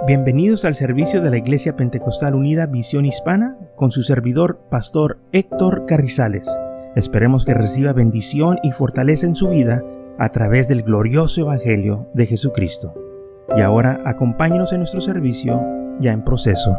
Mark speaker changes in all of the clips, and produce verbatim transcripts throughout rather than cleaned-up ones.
Speaker 1: Bienvenidos al servicio de la Iglesia Pentecostal Unida Visión Hispana con su servidor, Pastor Héctor Carrizales. Esperemos que reciba bendición y fortaleza en su vida a través del glorioso Evangelio de Jesucristo. Y ahora acompáñenos en nuestro servicio ya en proceso.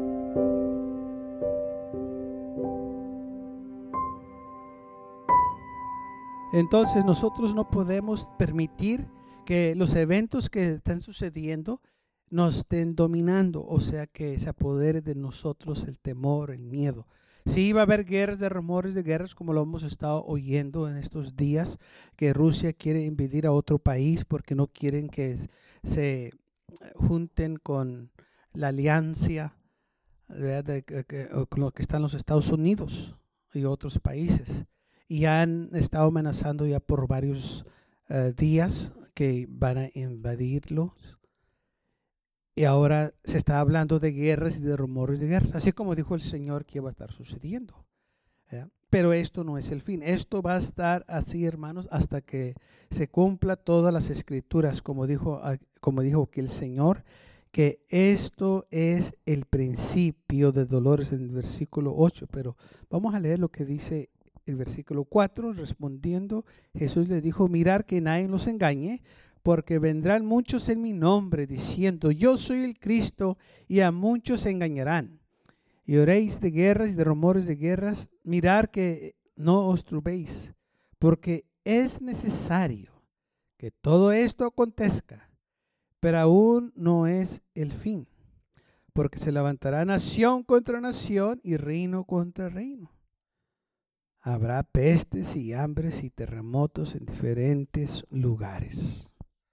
Speaker 2: Entonces nosotros no podemos permitir que los eventos que están sucediendo nos estén dominando, o sea, que se apodere de nosotros el temor, el miedo. Sí va a haber guerras, de rumores de guerras, como lo hemos estado oyendo en estos días, que Rusia quiere invadir a otro país porque no quieren que se junten con la alianza de, de, de, de, con lo que están los Estados Unidos y otros países. Y han estado amenazando ya por varios uh, días que van a invadirlos. Y ahora se está hablando de guerras y de rumores de guerras, así como dijo el Señor que iba a estar sucediendo. ¿Eh? Pero esto no es el fin. Esto va a estar así, hermanos, hasta que se cumpla todas las escrituras, como dijo, como dijo que el Señor, que esto es el principio de dolores en el versículo ocho. Pero vamos a leer lo que dice el versículo cuatro. Respondiendo, Jesús le dijo: mirar que nadie los engañe, porque vendrán muchos en mi nombre diciendo: yo soy el Cristo, y a muchos se engañarán. Y oréis de guerras y de rumores de guerras, mirad que no os turbéis, porque es necesario que todo esto acontezca, pero aún no es el fin, porque se levantará nación contra nación y reino contra reino. Habrá pestes y hambres y terremotos en diferentes lugares.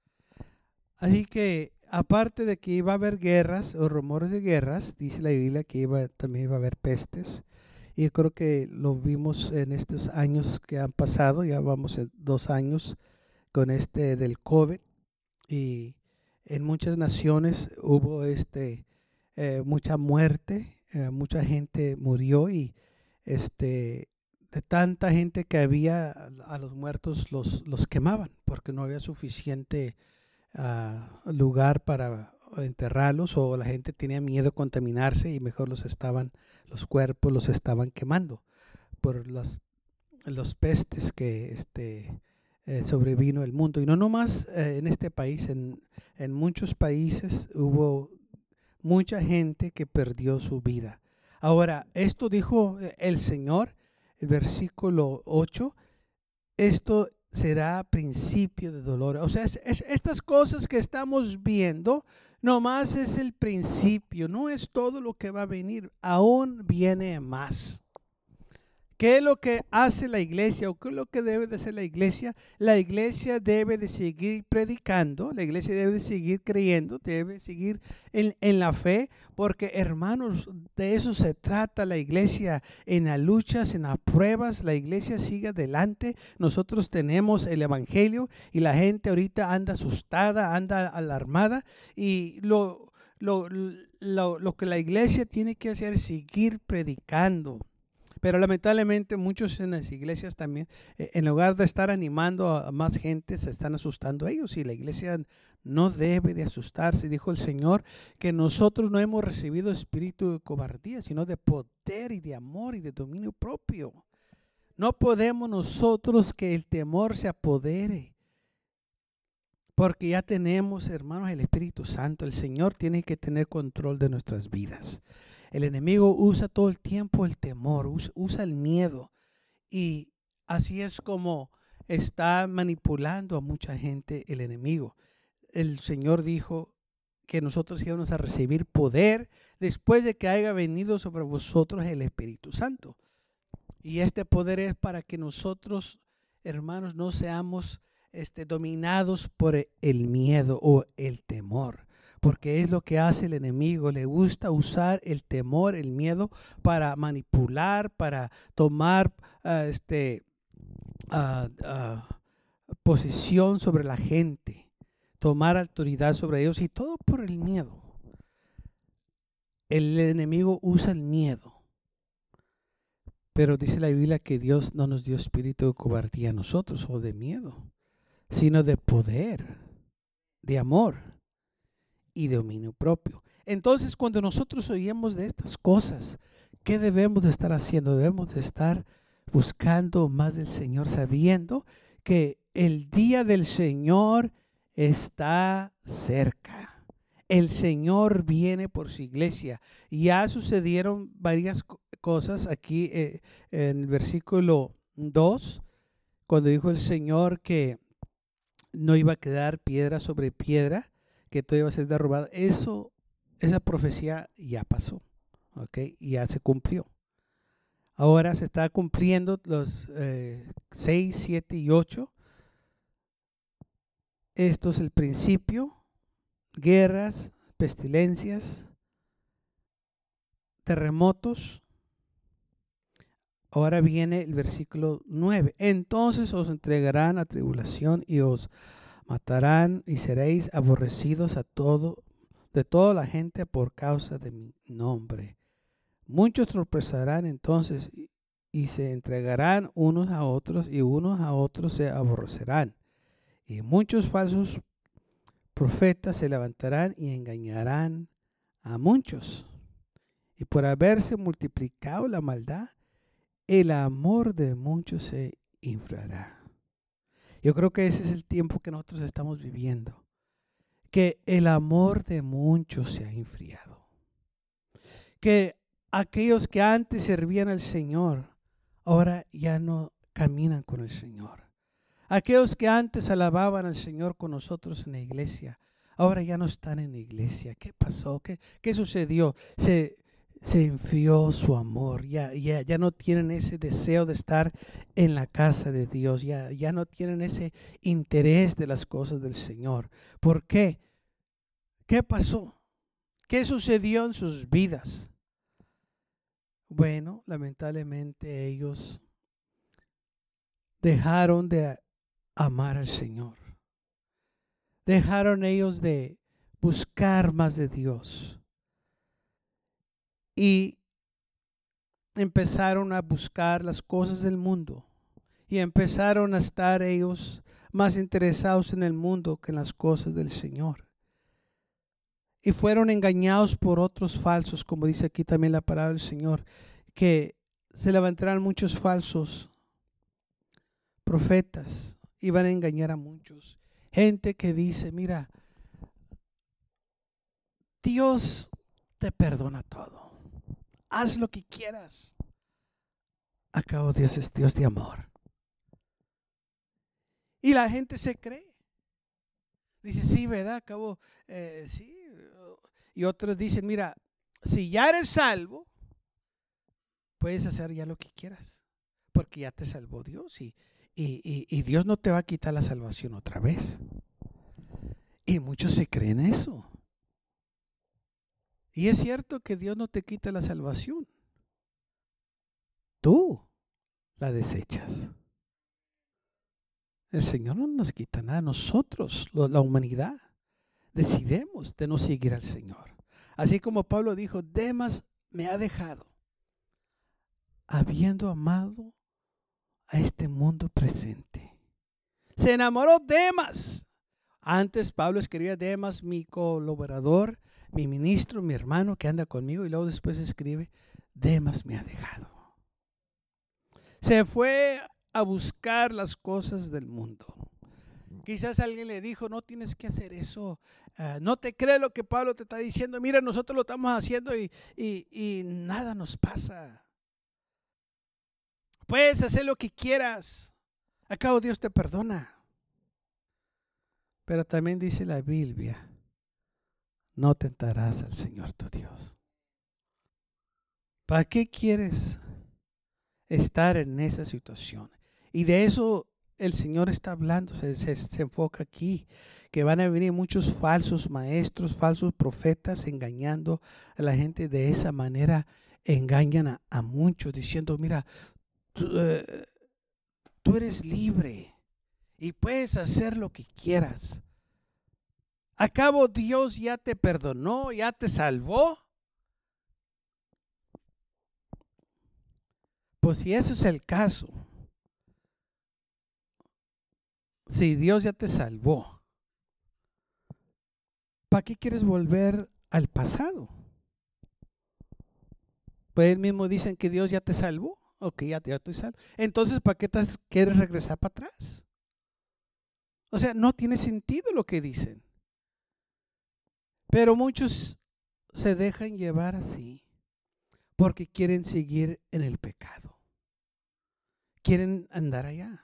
Speaker 2: Así que, aparte de que iba a haber guerras o rumores de guerras, dice la Biblia que iba, también iba a haber pestes. Y yo creo que lo vimos en estos años que han pasado, ya vamos en dos años con este del COVID. Y en muchas naciones hubo este, eh, mucha muerte, eh, mucha gente murió y este, de tanta gente que había, a los muertos los, los quemaban porque no había suficiente Uh, lugar para enterrarlos, o la gente tenía miedo de contaminarse y mejor los estaban, los cuerpos los estaban quemando por las los pestes que este eh, sobrevino el mundo. Y no nomás eh, en este país, en, en muchos países hubo mucha gente que perdió su vida. Ahora, esto dijo el Señor, el versículo ocho, esto será principio de dolor. O sea, es, es, estas cosas que estamos viendo nomás es el principio, no es todo lo que va a venir, aún viene más. ¿Qué es lo que hace la iglesia o qué es lo que debe de hacer la iglesia? La iglesia debe de seguir predicando, la iglesia debe de seguir creyendo, debe de seguir en, en la fe, porque hermanos, de eso se trata la iglesia, en las luchas, en las pruebas, la iglesia sigue adelante. Nosotros tenemos el evangelio y la gente ahorita anda asustada, anda alarmada, y lo, lo, lo, lo que la iglesia tiene que hacer es seguir predicando. Pero lamentablemente muchos en las iglesias también, en lugar de estar animando a más gente, se están asustando a ellos. Y la iglesia no debe de asustarse. Dijo el Señor que nosotros no hemos recibido espíritu de cobardía, sino de poder y de amor y de dominio propio. No podemos nosotros que el temor se apodere, porque ya tenemos, hermanos, el Espíritu Santo. El Señor tiene que tener control de nuestras vidas. El enemigo usa todo el tiempo el temor, usa, usa el miedo, y así es como está manipulando a mucha gente el enemigo. El Señor dijo que nosotros íbamos a recibir poder después de que haya venido sobre vosotros el Espíritu Santo. Y este poder es para que nosotros, hermanos, no seamos este, dominados por el miedo o el temor. Porque es lo que hace el enemigo, le gusta usar el temor, el miedo para manipular, para tomar uh, este, uh, uh, posición sobre la gente, tomar autoridad sobre ellos, y todo por el miedo. El enemigo usa el miedo, pero dice la Biblia que Dios no nos dio espíritu de cobardía a nosotros o de miedo, sino de poder, de amor y dominio propio. Entonces, cuando nosotros oímos de estas cosas, ¿qué debemos de estar haciendo? Debemos de estar buscando más del Señor, sabiendo que el día del Señor está cerca. El Señor viene por su iglesia. Ya sucedieron varias cosas aquí eh, en el versículo dos, cuando dijo el Señor que no iba a quedar piedra sobre piedra, que todo iba a ser derrubado. Eso, esa profecía ya pasó, ¿ok? Y ya se cumplió. Ahora se está cumpliendo los eh, seis, siete y ocho. Esto es el principio: guerras, pestilencias, terremotos. Ahora viene el versículo nueve. Entonces os entregarán a tribulación y os matarán y seréis aborrecidos a todo, de toda la gente por causa de mi nombre. Muchos tropezarán entonces y, y se entregarán unos a otros y unos a otros se aborrecerán. Y muchos falsos profetas se levantarán y engañarán a muchos. Y por haberse multiplicado la maldad, el amor de muchos se inflará. Yo creo que ese es el tiempo que nosotros estamos viviendo, que el amor de muchos se ha enfriado, que aquellos que antes servían al Señor ahora ya no caminan con el Señor. Aquellos que antes alababan al Señor con nosotros en la iglesia ahora ya no están en la iglesia. ¿Qué pasó? ¿Qué, qué sucedió? Se Se enfrió su amor, ya, ya, ya no tienen ese deseo de estar en la casa de Dios, ya, ya no tienen ese interés de las cosas del Señor. ¿Por qué? ¿Qué pasó? ¿Qué sucedió en sus vidas? Bueno, lamentablemente ellos dejaron de amar al Señor. Dejaron ellos de buscar más de Dios. Y empezaron a buscar las cosas del mundo. Y empezaron a estar ellos más interesados en el mundo que en las cosas del Señor. Y fueron engañados por otros falsos, como dice aquí también la palabra del Señor, que se levantarán muchos falsos profetas y van a engañar a muchos. Gente que dice, mira, Dios te perdona todo. Haz lo que quieras. Acabo, Dios es Dios de amor. Y la gente se cree. Dice, sí, ¿verdad? Acabo, eh, sí. Y otros dicen, mira, si ya eres salvo, puedes hacer ya lo que quieras. Porque ya te salvó Dios. Y, y, y, y Dios no te va a quitar la salvación otra vez. Y muchos se creen eso. Y es cierto que Dios no te quita la salvación. Tú la desechas. El Señor no nos quita nada. Nosotros, la humanidad, decidimos de no seguir al Señor. Así como Pablo dijo, Demas me ha dejado, habiendo amado a este mundo presente. Se enamoró Demas. Antes Pablo escribía Demas, mi colaborador, mi ministro, mi hermano que anda conmigo, y luego después escribe, Demas me ha dejado. Se fue a buscar las cosas del mundo. Quizás alguien le dijo, no tienes que hacer eso, uh, no te crees lo que Pablo te está diciendo, mira, nosotros lo estamos haciendo y, y, y nada nos pasa. Puedes hacer lo que quieras, al cabo Dios te perdona. Pero también dice la Biblia, no tentarás al Señor tu Dios. ¿Para qué quieres estar en esa situación? Y de eso el Señor está hablando, se, se, se enfoca aquí, que van a venir muchos falsos maestros, falsos profetas engañando a la gente. De esa manera engañan a, a muchos diciendo, mira, tú, uh, tú eres libre y puedes hacer lo que quieras. ¿Acabo Dios ya te perdonó, ya te salvó? Pues si eso es el caso, si Dios ya te salvó, ¿para qué quieres volver al pasado? Pues él mismo dicen que Dios ya te salvó. Ok, ya, ya estoy salvo. Entonces, ¿para qué te quieres regresar para atrás? O sea, no tiene sentido lo que dicen. Pero muchos se dejan llevar así porque quieren seguir en el pecado. Quieren andar allá.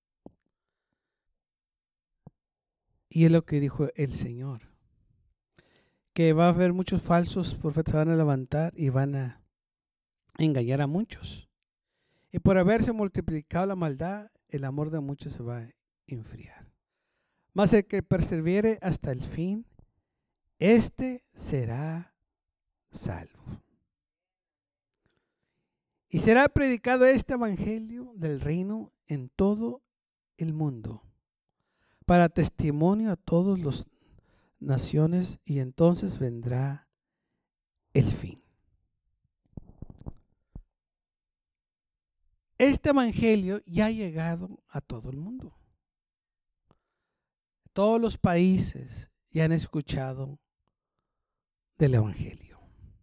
Speaker 2: Y es lo que dijo el Señor. Que va a haber muchos falsos profetas, van a levantar y van a engañar a muchos. Y por haberse multiplicado la maldad, el amor de muchos se va a enfriar. Mas el que persevere hasta el fin, este será salvo. Y será predicado este evangelio del reino en todo el mundo, para testimonio a todas las naciones, y entonces vendrá el fin. Este evangelio ya ha llegado a todo el mundo. Todos los países ya han escuchado del evangelio.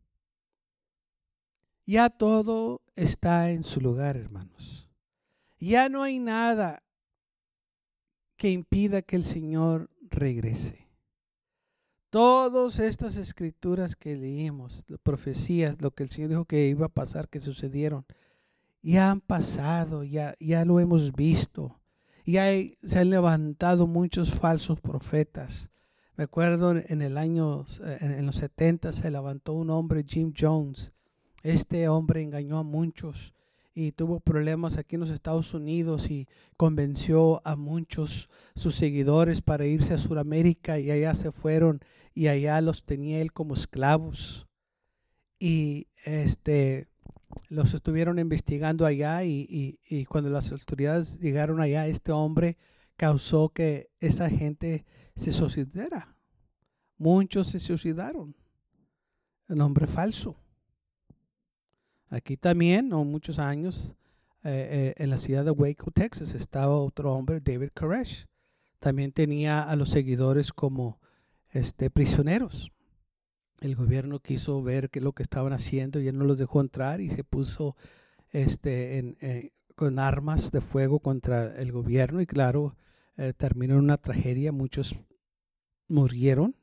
Speaker 2: Ya todo está en su lugar, hermanos. Ya no hay nada que impida que el Señor regrese. Todas estas escrituras que leímos, las profecías, lo que el Señor dijo que iba a pasar, que sucedieron, ya han pasado, ya, ya lo hemos visto. Ya hay, se han levantado muchos falsos profetas. Me acuerdo en el año, en, en los setenta se levantó un hombre, Jim Jones. Este hombre engañó a muchos y tuvo problemas aquí en los Estados Unidos y convenció a muchos sus seguidores para irse a Sudamérica, y allá se fueron y allá los tenía él como esclavos. Y este los estuvieron investigando allá y, y, y cuando las autoridades llegaron allá, este hombre causó que esa gente se suicidara. Muchos se suicidaron. Un hombre falso. Aquí también, no muchos años, eh, eh, en la ciudad de Waco, Texas, estaba otro hombre, David Koresh. También tenía a los seguidores como este, prisioneros. El gobierno quiso ver qué es lo que estaban haciendo y él no los dejó entrar y se puso este, en, eh, con armas de fuego contra el gobierno, y claro, eh, terminó en una tragedia, muchos murieron.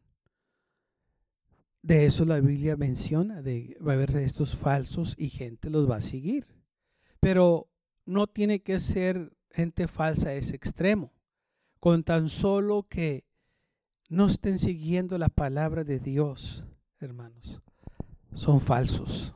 Speaker 2: De eso la Biblia menciona, de va a haber estos falsos y gente los va a seguir. Pero no tiene que ser gente falsa a ese extremo, con tan solo que no estén siguiendo la palabra de Dios. Hermanos, son falsos.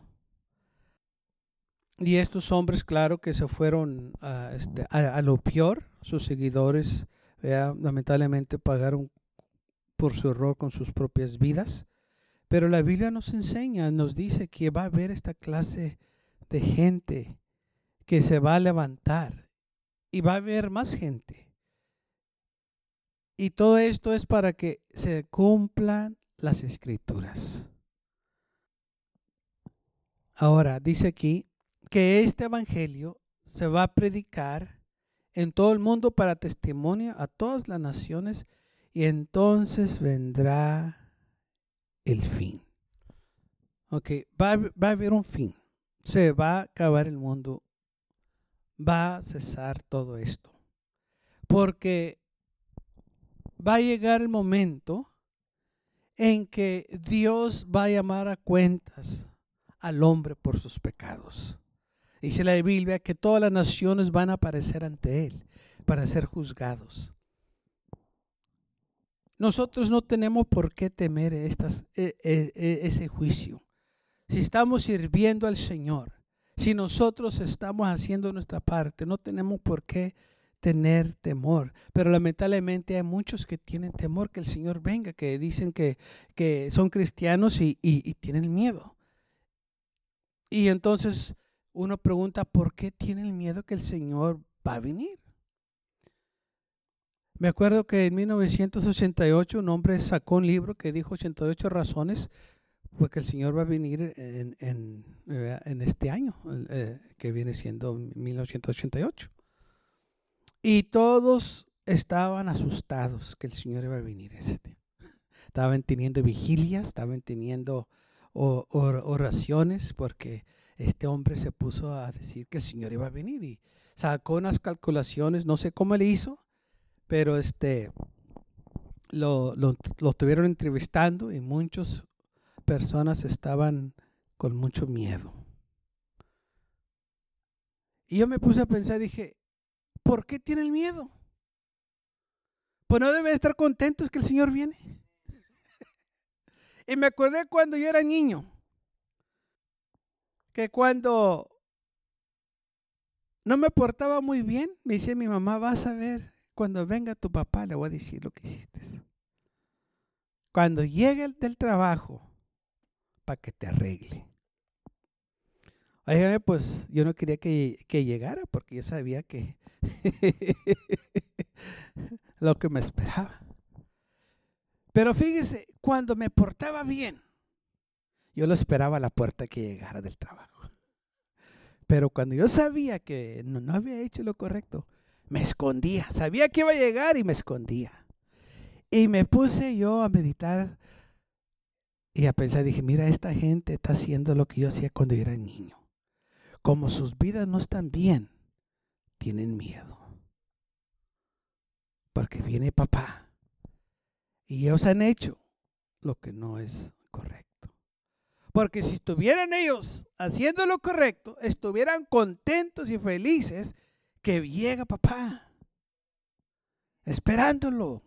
Speaker 2: Y estos hombres, claro que se fueron a, este, a, a lo peor. Sus seguidores, ¿verdad?, lamentablemente pagaron por su error con sus propias vidas. Pero la Biblia nos enseña, nos dice que va a haber esta clase de gente que se va a levantar y va a haber más gente. Y todo esto es para que se cumplan las escrituras. Ahora, dice aquí que este evangelio se va a predicar en todo el mundo para testimonio a todas las naciones, y entonces vendrá el fin. Ok, va, va a haber un fin. Se va a acabar el mundo. Va a cesar todo esto. Porque va a llegar el momento en que Dios va a llamar a cuentas al hombre por sus pecados. Dice la Biblia que todas las naciones van a aparecer ante Él para ser juzgados. Nosotros no tenemos por qué temer estas, e, e, e, ese juicio. Si estamos sirviendo al Señor, si nosotros estamos haciendo nuestra parte, no tenemos por qué tener temor. Pero lamentablemente hay muchos que tienen temor que el Señor venga, que dicen que, que son cristianos y, y, y tienen miedo. Y entonces uno pregunta, ¿por qué tienen miedo que el Señor va a venir? Me acuerdo que en mil novecientos ochenta y ocho un hombre sacó un libro que dijo ochenta y ocho razones porque el Señor va a venir en, en, en este año, eh, que viene siendo mil novecientos ochenta y ocho. Y todos estaban asustados que el Señor iba a venir ese día. estaban teniendo vigilias, estaban teniendo o- or- oraciones, porque este hombre se puso a decir que el Señor iba a venir y sacó unas calculaciones, no sé cómo le hizo, pero este lo, lo, lo estuvieron entrevistando y muchas personas estaban con mucho miedo. Y yo me puse a pensar, dije, ¿por qué tienen miedo? Pues no deben estar contentos que el Señor viene. Y me acordé cuando yo era niño, que cuando no me portaba muy bien, me decía mi mamá, vas a ver, cuando venga tu papá le voy a decir lo que hiciste. Cuando llegue el del trabajo, para que te arregle. Oigan, pues yo no quería que, que llegara porque yo sabía que lo que me esperaba. Pero fíjese, cuando me portaba bien, yo lo esperaba a la puerta que llegara del trabajo. Pero cuando yo sabía que no, no había hecho lo correcto, me escondía. Sabía que iba a llegar y me escondía. Y me puse yo a meditar y a pensar, dije, mira, esta gente está haciendo lo que yo hacía cuando yo era niño. Como sus vidas no están bien, tienen miedo. Porque viene papá. Y ellos han hecho lo que no es correcto. Porque si estuvieran ellos haciendo lo correcto, estuvieran contentos y felices que llega papá, esperándolo.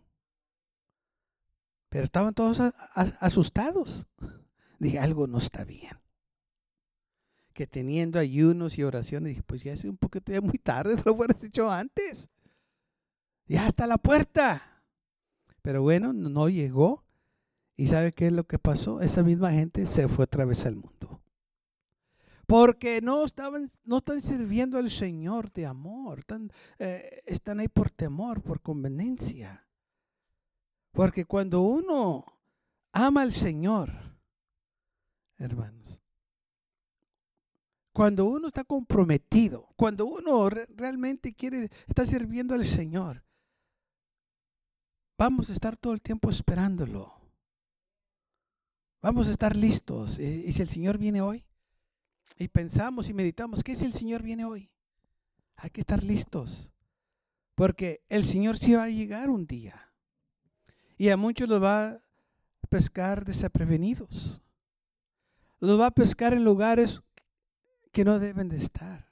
Speaker 2: Pero estaban todos a, a, asustados. Dije, algo no está bien. Que teniendo ayunos y oraciones, dije, pues ya es un poquito ya muy tarde, lo hubieras hecho antes. Ya está la puerta. Pero bueno, no llegó. ¿Y sabe qué es lo que pasó? Esa misma gente se fue otra vez al mundo. Porque no estaban, no están sirviendo al Señor de amor. Están, eh, están ahí por temor, por conveniencia. Porque cuando uno ama al Señor, hermanos, cuando uno está comprometido, cuando uno re- realmente quiere, está sirviendo al Señor, vamos a estar todo el tiempo esperándolo. Vamos a estar listos. ¿Y, y si el Señor viene hoy? Y pensamos y meditamos, ¿qué si el Señor viene hoy? Hay que estar listos. Porque el Señor sí va a llegar un día. Y a muchos los va a pescar desprevenidos. Los va a pescar en lugares que no deben de estar.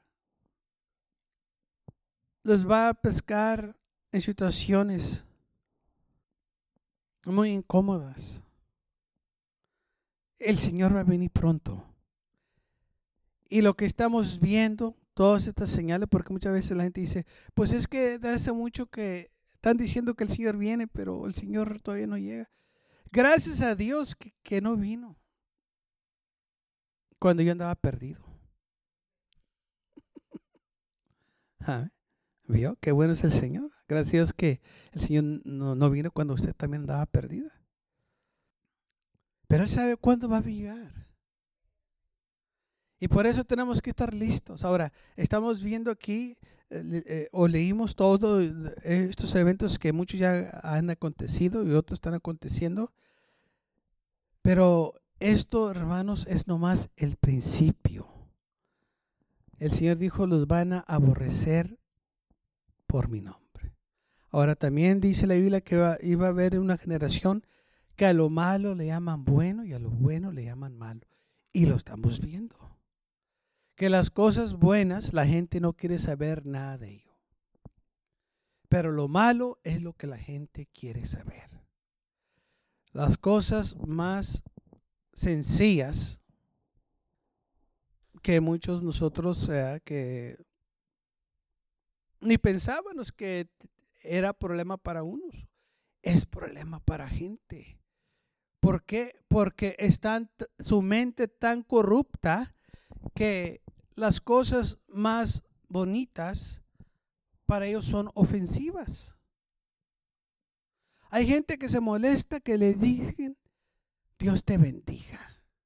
Speaker 2: Los va a pescar en situaciones muy incómodas. El Señor va a venir pronto. Y lo que estamos viendo, todas estas señales, porque muchas veces la gente dice, pues es que de hace mucho que están diciendo que el Señor viene, pero el Señor todavía no llega. Gracias a Dios que, que no vino cuando yo andaba perdido. ¿Ah? ¿Vio? Qué bueno es el Señor. Gracias a Dios que el Señor no, no vino cuando usted también andaba perdida. Pero Él sabe cuándo va a llegar. Y por eso tenemos que estar listos. Ahora, estamos viendo aquí, eh, eh, o leímos todos estos eventos que muchos ya han acontecido y otros están aconteciendo. Pero esto, hermanos, es nomás el principio. El Señor dijo, los van a aborrecer por mi nombre. Ahora también dice la Biblia que va, iba a haber una generación que a lo malo le llaman bueno y a lo bueno le llaman malo. Y lo estamos viendo. Que las cosas buenas la gente no quiere saber nada de ello. Pero lo malo es lo que la gente quiere saber. Las cosas más sencillas que muchos nosotros, eh, que ni pensábamos que era problema para unos, es problema para gente. ¿Por qué? Porque están su mente tan corrupta que las cosas más bonitas para ellos son ofensivas. Hay gente que se molesta que les digan Dios te bendiga.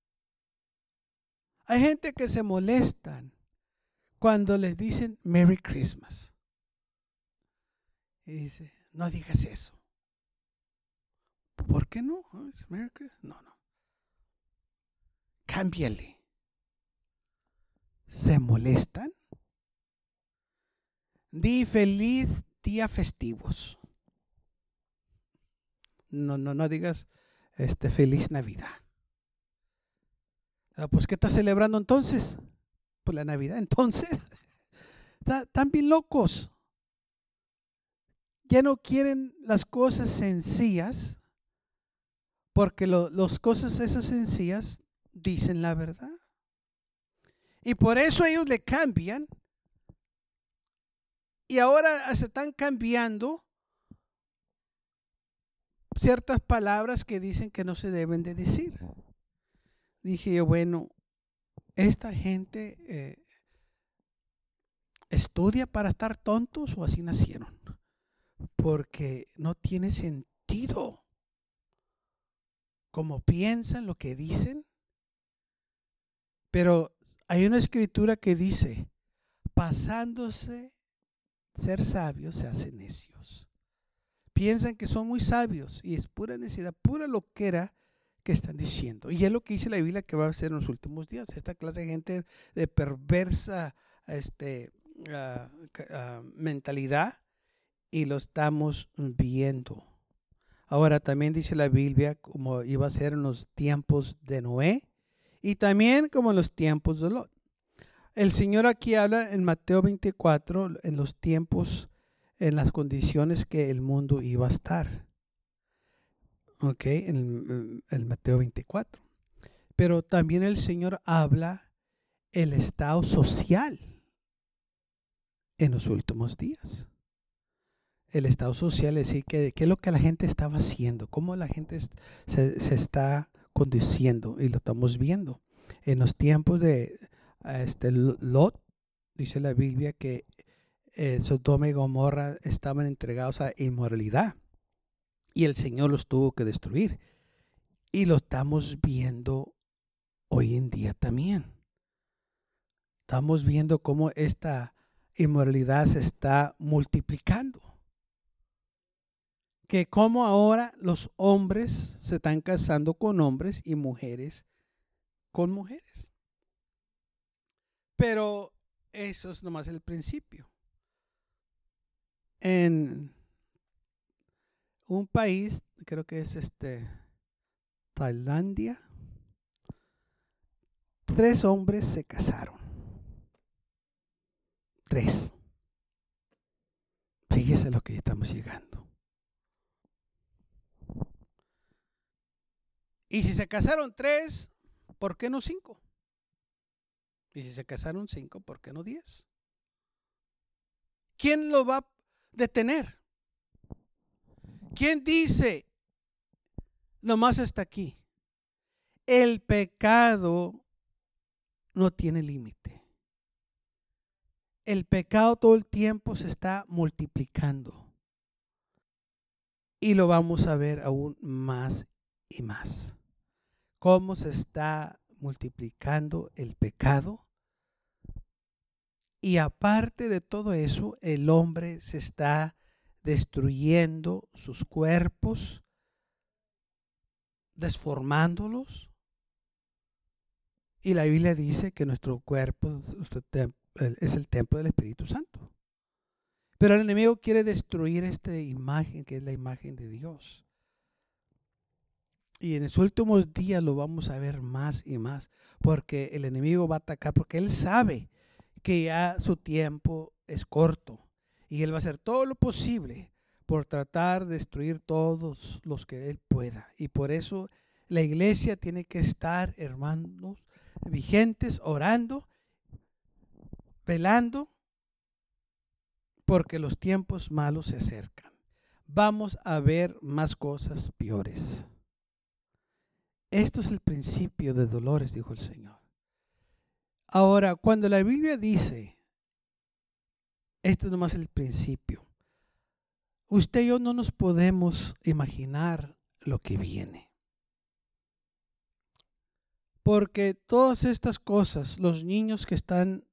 Speaker 2: Hay gente que se molestan cuando les dicen Merry Christmas. Y dice, no digas eso. ¿Por qué no? ¿Es Merry Christmas? No, no. Cámbiale. ¿Se molestan? Di feliz día festivos. No, no, no digas este, feliz Navidad. Ah, pues, ¿qué estás celebrando entonces? Pues la Navidad. Entonces, están bien locos. Ya no quieren las cosas sencillas, porque las cosas esas sencillas dicen la verdad. Y por eso ellos le cambian. Y ahora se están cambiando ciertas palabras que dicen que no se deben de decir. Dije yo, bueno, esta gente eh, estudia para estar tontos o así nacieron, porque no tiene sentido cómo piensan, lo que dicen. Pero hay una escritura que dice, pasándose ser sabios se hacen necios. Piensan que son muy sabios y es pura necedad, pura loquera que están diciendo. Y es lo que dice la Biblia que va a ser en los últimos días. Esta clase de gente de perversa este, uh, uh, mentalidad, y lo estamos viendo. Ahora también dice la Biblia como iba a ser en los tiempos de Noé y también como en los tiempos de Lot. El Señor aquí habla en Mateo veinticuatro en los tiempos, en las condiciones que el mundo iba a estar. Ok, en el Mateo veinticuatro. Pero también el Señor habla el estado social en los últimos días. El estado social es decir, que, qué es lo que la gente estaba haciendo, cómo la gente se, se está conduciendo, y lo estamos viendo. En los tiempos de este, Lot, dice la Biblia que eh, Sodoma y Gomorra estaban entregados a inmoralidad y el Señor los tuvo que destruir. Y lo estamos viendo hoy en día también. Estamos viendo cómo esta inmoralidad se está multiplicando. Que como ahora los hombres se están casando con hombres y mujeres con mujeres. Pero eso es nomás el principio. En un país, creo que es este Tailandia, tres hombres se casaron. Tres. Fíjese lo que estamos llegando. Y si se casaron tres, ¿por qué no cinco? Y si se casaron cinco, ¿por qué no diez? ¿Quién lo va a detener? ¿Quién dice, nomás hasta aquí? El pecado no tiene límite. El pecado todo el tiempo se está multiplicando. Y lo vamos a ver aún más y más. Cómo se está multiplicando el pecado. Y aparte de todo eso, el hombre se está destruyendo sus cuerpos, desformándolos. Y la Biblia dice que nuestro cuerpo es el templo del Espíritu Santo. Pero el enemigo quiere destruir esta imagen que es la imagen de Dios. Y en los últimos días lo vamos a ver más y más, porque el enemigo va a atacar, porque él sabe que ya su tiempo es corto y él va a hacer todo lo posible por tratar de destruir todos los que él pueda. Y por eso la iglesia tiene que estar, hermanos, vigentes, orando, velando, porque los tiempos malos se acercan. Vamos a ver más cosas peores. Esto es el principio de dolores, dijo el Señor. Ahora, cuando la Biblia dice, este es nomás el principio, usted y yo no nos podemos imaginar lo que viene. Porque todas estas cosas, los niños que están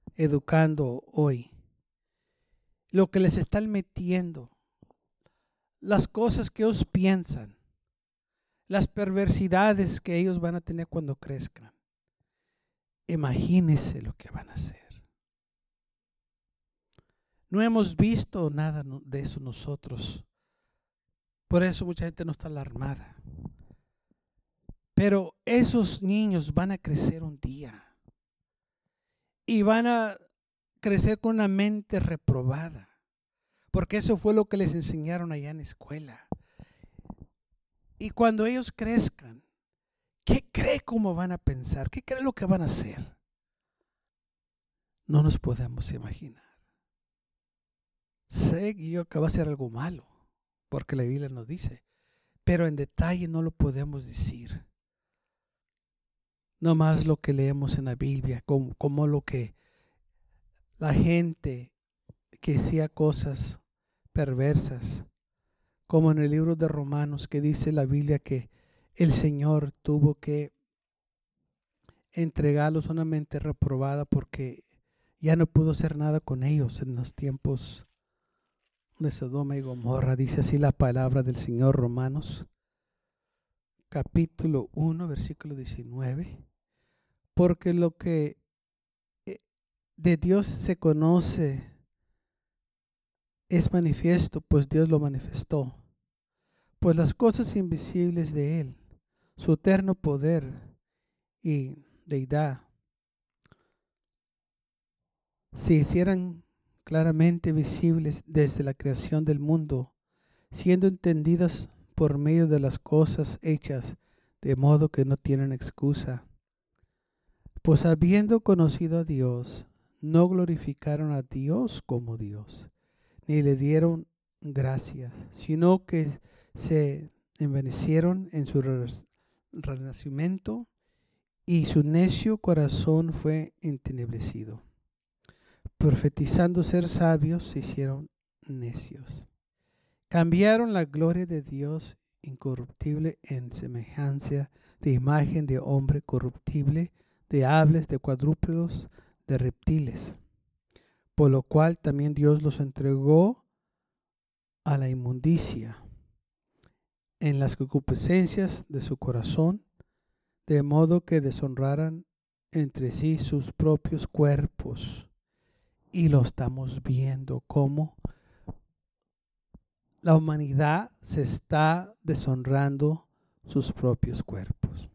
Speaker 2: educando hoy, lo que les están metiendo, las cosas que ellos piensan, las perversidades que ellos van a tener cuando crezcan. Imagínense lo que van a hacer. No hemos visto nada de eso nosotros. Por eso mucha gente no está alarmada. Pero esos niños van a crecer un día. Y van a crecer con una mente reprobada. Porque eso fue lo que les enseñaron allá en la escuela. Y cuando ellos crezcan, ¿qué cree cómo van a pensar? ¿Qué cree lo que van a hacer? No nos podemos imaginar. Sé yo que va a ser algo malo, porque la Biblia nos dice, pero en detalle no lo podemos decir. No más lo que leemos en la Biblia, como, como lo que la gente que hacía cosas perversas, como en el libro de Romanos, que dice la Biblia que el Señor tuvo que entregarlos a una mente reprobada porque ya no pudo hacer nada con ellos en los tiempos de Sodoma y Gomorra. Dice así la palabra del Señor, Romanos capítulo uno, versículo diecinueve. Porque lo que de Dios se conoce es manifiesto, pues Dios lo manifestó. Pues las cosas invisibles de Él, su eterno poder y deidad, se hicieran claramente visibles desde la creación del mundo, siendo entendidas por medio de las cosas hechas, de modo que no tienen excusa. Pues habiendo conocido a Dios, no glorificaron a Dios como Dios, ni le dieron gracias, sino que se envanecieron en su renacimiento, y su necio corazón fue entenebrecido. Profetizando ser sabios, se hicieron necios. Cambiaron la gloria de Dios incorruptible en semejanza de imagen de hombre corruptible, de aves, de cuadrúpedos, de reptiles. Por lo cual también Dios los entregó a la inmundicia en las concupiscencias de su corazón, de modo que deshonraran entre sí sus propios cuerpos. Y lo estamos viendo como la humanidad se está deshonrando sus propios cuerpos.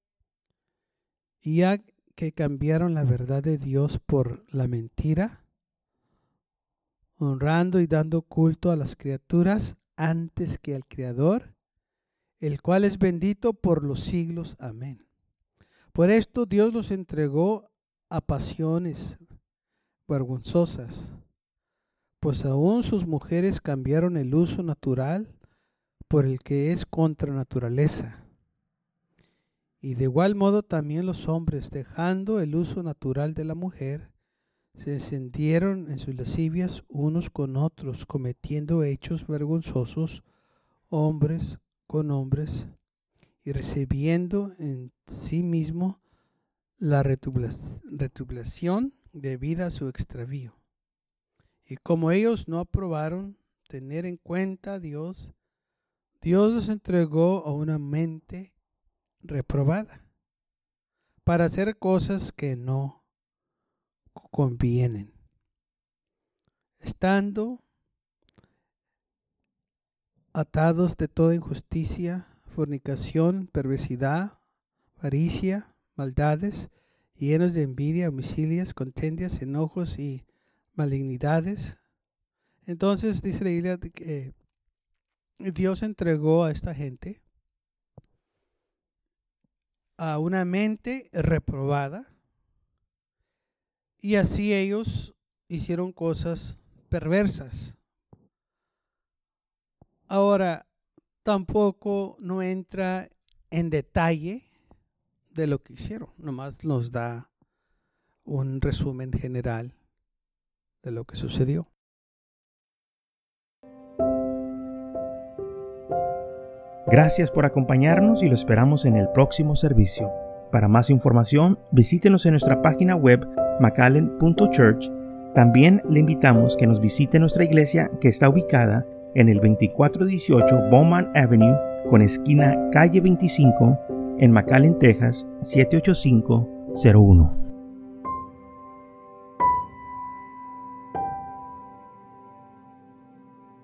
Speaker 2: Y ya que cambiaron la verdad de Dios por la mentira, honrando y dando culto a las criaturas antes que al Creador, el cual es bendito por los siglos. Amén. Por esto Dios los entregó a pasiones vergonzosas, pues aún sus mujeres cambiaron el uso natural por el que es contra naturaleza. Y de igual modo también los hombres, dejando el uso natural de la mujer, se encendieron en sus lascivias unos con otros, cometiendo hechos vergonzosos, hombres con hombres, y recibiendo en sí mismo la retribución debida a su extravío. Y como ellos no aprobaron tener en cuenta a Dios, Dios los entregó a una mente reprobada para hacer cosas que no convienen, estando atados de toda injusticia, fornicación, perversidad, avaricia, maldades, llenos de envidia, homicidios, contendias, enojos y malignidades. Entonces dice la Biblia que Dios entregó a esta gente a una mente reprobada, y así ellos hicieron cosas perversas. Ahora, tampoco no entra en detalle de lo que hicieron, nomás nos da un resumen general de lo que sucedió.
Speaker 1: Gracias por acompañarnos y lo esperamos en el próximo servicio. Para más información, visítenos en nuestra página web macallen punto church. También le invitamos que nos visite nuestra iglesia que está ubicada en el veinticuatro dieciocho Bowman Avenue con esquina calle veinticinco en McAllen, Texas siete ocho cinco cero uno.